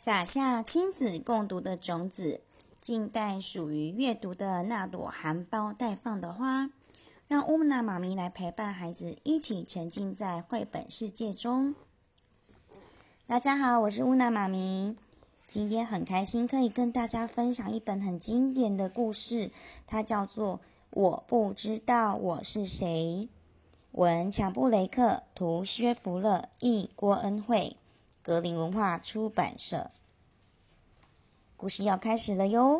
撒下亲子共读的种子，静待属于阅读的那朵含苞待放的花。让乌娜妈咪来陪伴孩子一起沉浸在绘本世界中。大家好，我是乌娜妈咪。今天很开心可以跟大家分享一本很经典的故事，它叫做《我不知道我是谁》。文强布雷克，图薛福勒，译郭恩惠，格林文化出版社。故事要开始了哟。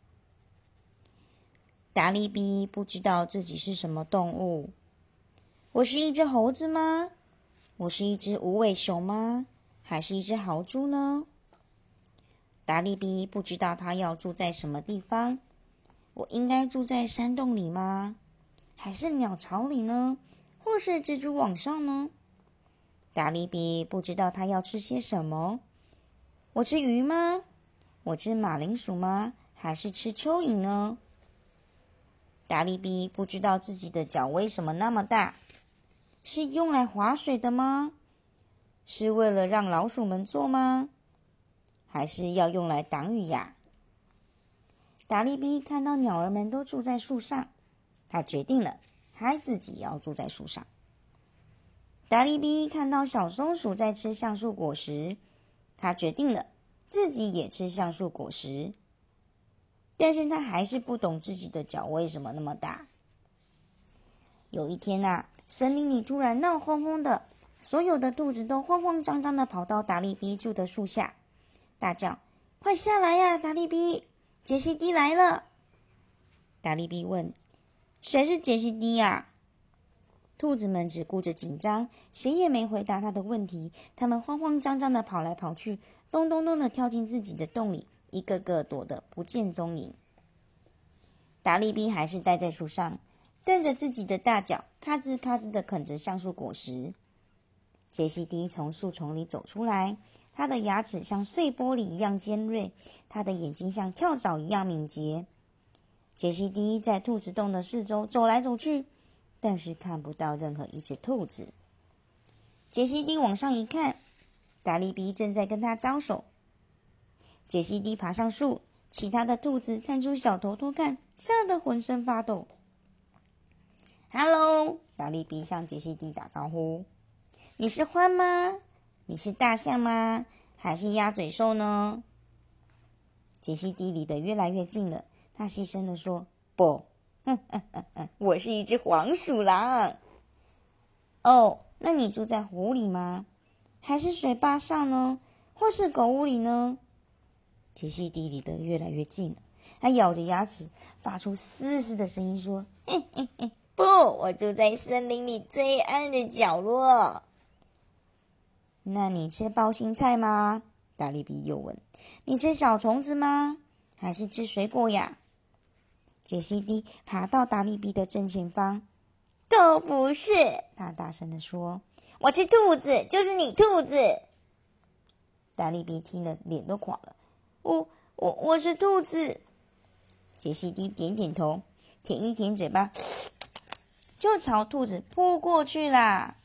达利比不知道自己是什么动物。我是一只猴子吗？我是一只无尾熊吗？还是一只豪猪呢？达利比不知道他要住在什么地方。我应该住在山洞里吗？还是鸟巢里呢？或是蜘蛛网上呢？达利比不知道他要吃些什么。我吃鱼吗？我吃马铃薯吗？还是吃蚯蚓呢？达利比不知道自己的脚为什么那么大，是用来划水的吗？是为了让老鼠们坐吗？还是要用来挡雨呀？达利比看到鸟儿们都住在树上，他决定了，他自己要住在树上。达利比看到小松鼠在吃橡树果实，他决定了，自己也吃橡树果实。但是他还是不懂自己的脚为什么那么大。有一天啊，森林里突然闹哄哄的，所有的兔子都慌慌张张地跑到达利比住的树下，大叫：快下来呀，达利比，杰西蒂来了。达利比问：谁是杰西蒂呀？兔子们只顾着紧张，谁也没回答他的问题。他们慌慌张张地跑来跑去，咚咚咚地跳进自己的洞里，一个个躲得不见踪影。达利比还是待在树上，瞪着自己的大脚，咔吱咔吱地啃着橡树果实。杰西蒂从树丛里走出来，他的牙齿像碎玻璃一样尖锐，他的眼睛像跳蚤一样敏捷。杰西蒂在兔子洞的四周走来走去，但是看不到任何一只兔子。杰西蒂往上一看，达利比正在跟他招手。杰西蒂爬上树，其他的兔子探出小头偷看，吓得浑身发抖。“Hello！” 达利比向杰西蒂打招呼。“你是獾吗？你是大象吗？还是鸭嘴兽呢？”杰西蒂离得越来越近了，他细声地说：“不，我是一只黄鼠狼。”“哦，那你住在湖里吗？还是水坝上呢？或是狗屋里呢？”杰西蒂离得越来越近了，他咬着牙齿，发出嘶嘶的声音说：“不，我住在森林里最暗的角落。”“那你吃包心菜吗？”达利比又问。“你吃小虫子吗？还是吃水果呀？”杰西蒂爬到达利比的正前方。“都不是！”他大声地说。“我吃兔子，就是你兔子！”达利比听了脸都垮了。我是兔子。杰西蒂点点头，舔一舔嘴巴，就朝兔子扑过去啦。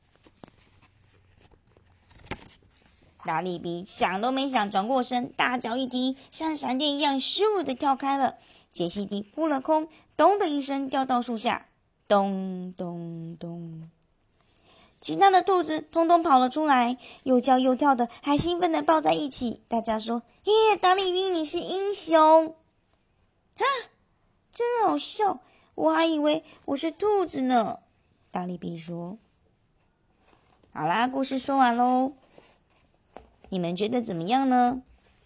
达利比想都没想，转过身，大脚一踢，像闪电一样咻的跳开了。杰西蒂扑了空，咚的一声掉到树下，咚咚咚。其他的兔子通通跑了出来，又叫又跳的，还兴奋地抱在一起。大家说：“耶，达利比，你是英雄！”“哈，真好笑，我还以为我是兔子呢。”达利比说。好啦，故事说完喽，你们觉得怎么样呢？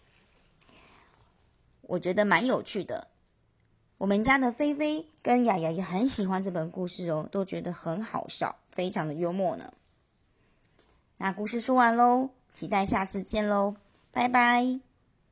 我觉得蛮有趣的。我们家的菲菲跟雅雅也很喜欢这本故事哦，都觉得很好笑，非常的幽默呢。那故事说完喽，期待下次见喽，拜拜。